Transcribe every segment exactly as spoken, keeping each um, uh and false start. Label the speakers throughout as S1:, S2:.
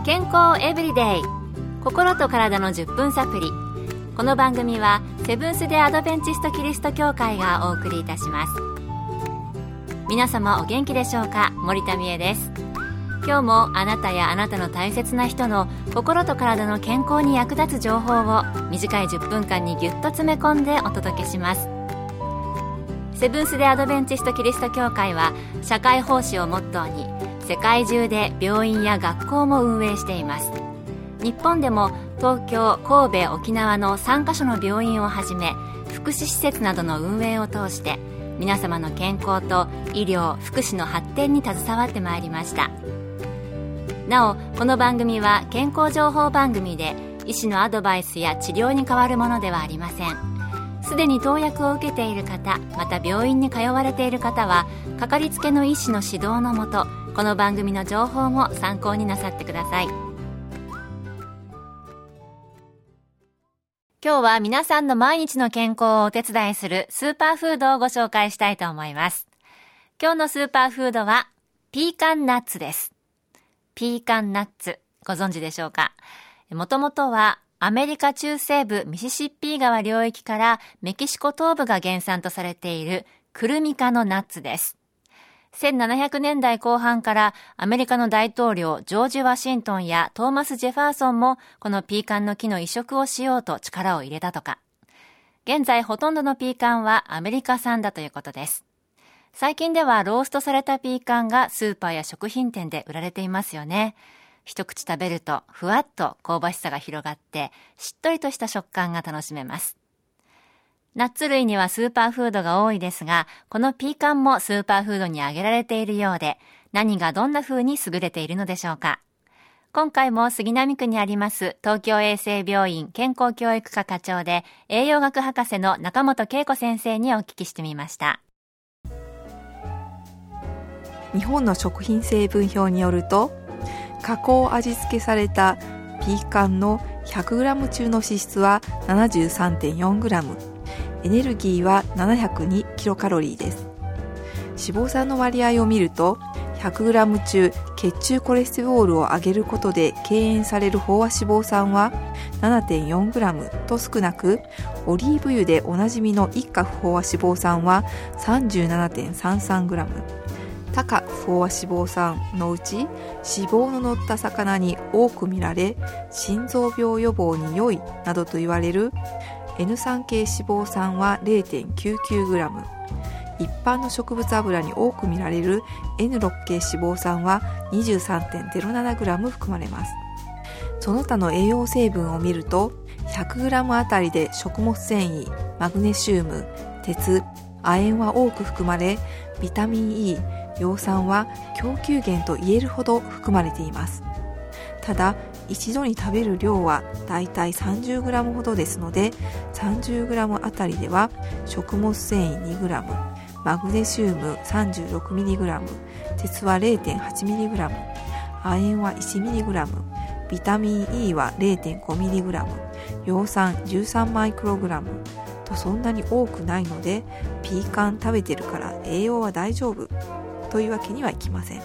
S1: 健康エブリデイ、心と体のじゅっぷんサプリ。この番組はセブンス・デ・アドベンチスト・キリスト教会がお送りいたします。皆様お元気でしょうか。森田美恵です。今日もあなたやあなたの大切な人の心と体の健康に役立つ情報を短いじゅっぷんかんにぎゅっと詰め込んでお届けします。セブンス・デ・アドベンチスト・キリスト教会は社会奉仕をモットーに世界中で病院や学校も運営しています。日本でも東京、神戸、沖縄のさんカ所の病院をはじめ福祉施設などの運営を通して皆様の健康と医療・福祉の発展に携わってまいりました。なお、この番組は健康情報番組で医師のアドバイスや治療に代わるものではありません。すでに投薬を受けている方、また病院に通われている方はかかりつけの医師の指導のもと、この番組の情報も参考になさってください。今日は皆さんの毎日の健康をお手伝いするスーパーフードをご紹介したいと思います。今日のスーパーフードはピーカンナッツです。ピーカンナッツ、ご存知でしょうか。もともとはアメリカ中西部ミシシッピー川領域からメキシコ東部が原産とされているクルミ科のナッツです。せんななひゃくねんだいこう半からアメリカの大統領ジョージ・ワシントンやトーマス・ジェファーソンもこのピーカンの木の移植をしようと力を入れたとか。現在ほとんどのピーカンはアメリカ産だということです。最近ではローストされたピーカンがスーパーや食品店で売られていますよね。一口食べるとふわっと香ばしさが広がってしっとりとした食感が楽しめます。ナッツ類にはスーパーフードが多いですが、このピーカンもスーパーフードに挙げられているようで、何がどんな風に優れているのでしょうか。今回も杉並区にあります東京衛生病院健康教育科課長で栄養学博士の中本恵子先生にお聞きしてみました。
S2: 日本の食品成分表によると、加工味付けされたピーカンの ひゃくグラム 中の脂質は ななじゅうさんてんよんグラム、エネルギーはななひゃくにキロカロリーです。脂肪酸の割合を見ると、ひゃくグラム 中血中コレステロールを上げることで敬遠される飽和脂肪酸は ななてんよんグラム と少なく、オリーブ油でおなじみの一価不飽和脂肪酸は さんじゅうななてんさんさんグラム、多価不飽和脂肪酸のうち脂肪の乗った魚に多く見られ心臓病予防に良いなどと言われる エヌスリー 系脂肪酸は れいてんきゅうきゅうグラム、一般の植物油に多く見られる エヌろく 系脂肪酸は にじゅうさんてんぜろななグラム 含まれます。その他の栄養成分を見ると ひゃくグラム あたりで食物繊維、マグネシウム、鉄、亜鉛は多く含まれ、ビタミン E、葉酸は供給源と言えるほど含まれています。ただ一度に食べる量はだいたい さんじゅうグラム ほどですので、さんじゅうグラム あたりでは食物繊維 にグラム、マグネシウム さんじゅうろくミリグラム、鉄は れいてんはちミリグラム、亜鉛はいちミリグラム、ビタミン E は れいてんごミリグラム、葉酸じゅうさんマイクログラムとそんなに多くないので、ピーカン食べてるから栄養は大丈夫というわけにはいきません。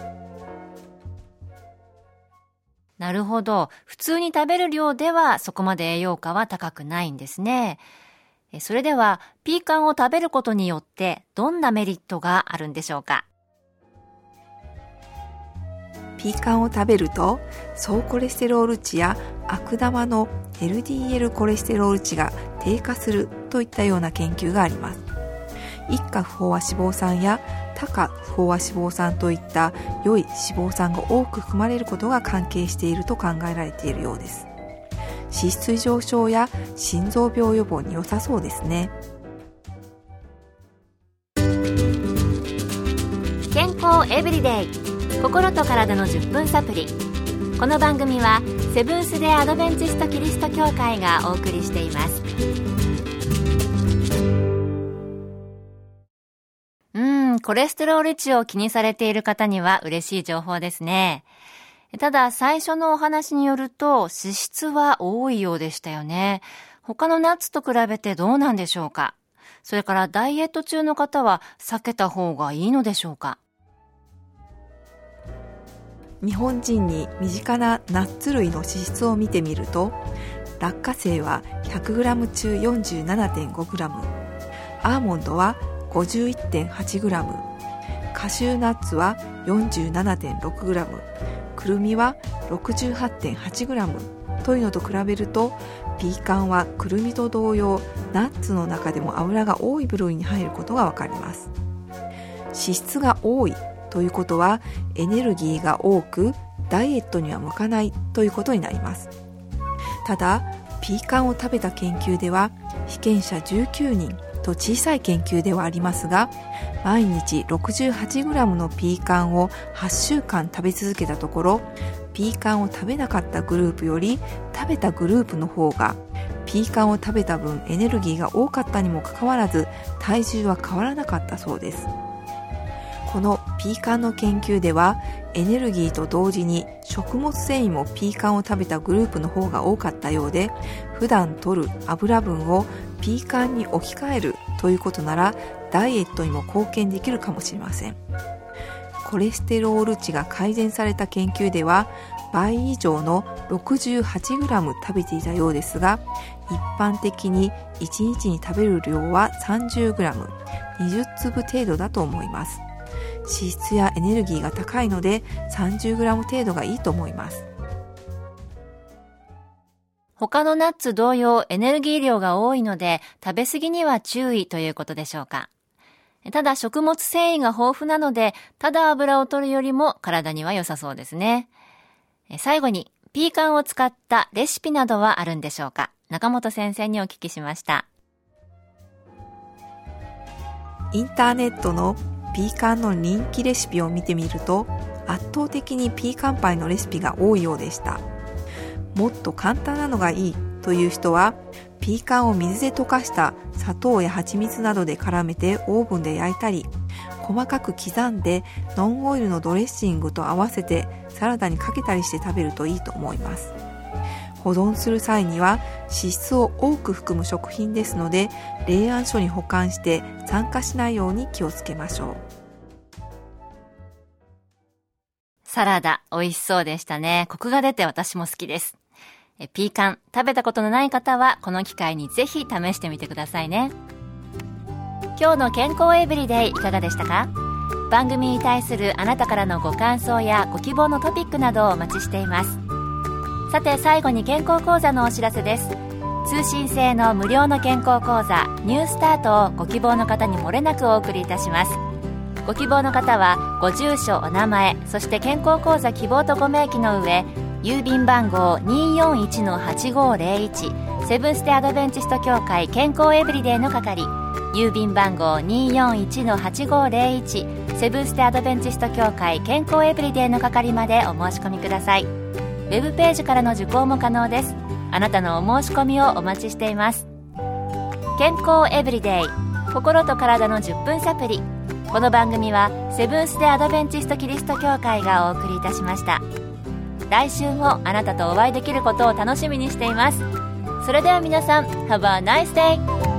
S1: なるほど。普通に食べる量ではそこまで栄養価は高くないんですね。それではピーカンを食べることによってどんなメリットがあるんでしょうか。
S2: ピーカンを食べると総コレステロール値や悪玉の エルディーエル コレステロール値が低下するといったような研究があります。一価不飽和脂肪酸や多価不飽和脂肪酸といった良い脂肪酸が多く含まれることが関係していると考えられているようです。脂質異常症や心臓病予防に良さそうですね。
S1: 健康エブリデイ、心と体のじゅっぷんサプリ。この番組はセブンス・デ・アドベンチスト・キリスト教会がお送りしています。うーん、コレステロール値を気にされている方には嬉しい情報ですね。ただ最初のお話によると脂質は多いようでしたよね。他のナッツと比べてどうなんでしょうか。それからダイエット中の方は避けた方がいいのでしょうか。
S2: 日本人に身近なナッツ類の脂質を見てみると、落花生は ひゃくグラム 中 よんじゅうななてんごグラム、アーモンドは ごじゅういってんはちグラム、カシューナッツは よんじゅうななてんろくグラム、くるみは ろくじゅうはちてんはちグラムというのと比べると、ピーカンはくるみと同様、ナッツの中でも油が多い部類に入ることがわかります。脂質が多いということは、エネルギーが多くダイエットには向かないということになります。ただ、ピーカンを食べた研究では被験者じゅうきゅうにんと小さい研究ではありますが、毎日 ろくじゅうはちグラム のピーカンをはっしゅうかん食べ続けたところ、ピーカンを食べなかったグループより食べたグループの方がピーカンを食べた分エネルギーが多かったにもかかわらず、体重は変わらなかったそうです。このピーカンの研究では、エネルギーと同時に食物繊維もピーカンを食べたグループの方が多かったようで、普段摂る油分をピーカンに置き換えるということなら、ダイエットにも貢献できるかもしれません。コレステロール値が改善された研究では、倍以上の ろくじゅうはちグラム 食べていたようですが、一般的にいちにちに食べる量は さんじゅうグラム、にじゅうつぶ程度だと思います。脂質やエネルギーが高いので さんじゅうグラム 程度がいいと思います。
S1: 他のナッツ同様エネルギー量が多いので食べ過ぎには注意ということでしょうか。ただ食物繊維が豊富なので、ただ油を取るよりも体には良さそうですね。最後にピーカンを使ったレシピなどはあるんでしょうか。中本先生にお聞きしました。
S2: インターネットのピーカンの人気レシピを見てみると、圧倒的にピーカンパイのレシピが多いようでした。もっと簡単なのがいいという人は、ピーカンを水で溶かした砂糖や蜂蜜などで絡めてオーブンで焼いたり、細かく刻んでノンオイルのドレッシングと合わせてサラダにかけたりして食べるといいと思います。保存する際には脂質を多く含む食品ですので、冷暗所に保管して酸化しないように気をつけましょう。
S1: サラダ美味しそうでしたね。コクが出て私も好きです。えピーカン食べたことのない方はこの機会にぜひ試してみてくださいね。今日の健康エブリデイいかがでしたか？番組に対するあなたからのご感想やご希望のトピックなどをお待ちしています。さて最後に健康講座のお知らせです。通信制の無料の健康講座ニュースタートをご希望の方に漏れなくお送りいたします。ご希望の方はご住所お名前そして健康講座希望とご明記の上、郵便番号 にーよんいちのはちごーぜろいち セブンステアドベンチスト協会健康エブリデイの係、郵便番号 にーよんいちのはちごーぜろいち セブンステアドベンチスト協会健康エブリデイの係までお申し込みください。ウェブページからの受講も可能です。あなたのお申し込みをお待ちしています。健康エブリデイ、心と体のじゅっぷんサプリ。この番組はセブンス・デ・アドベンチスト・キリスト教会がお送りいたしました。来週もあなたとお会いできることを楽しみにしています。それでは皆さん Have a nice day!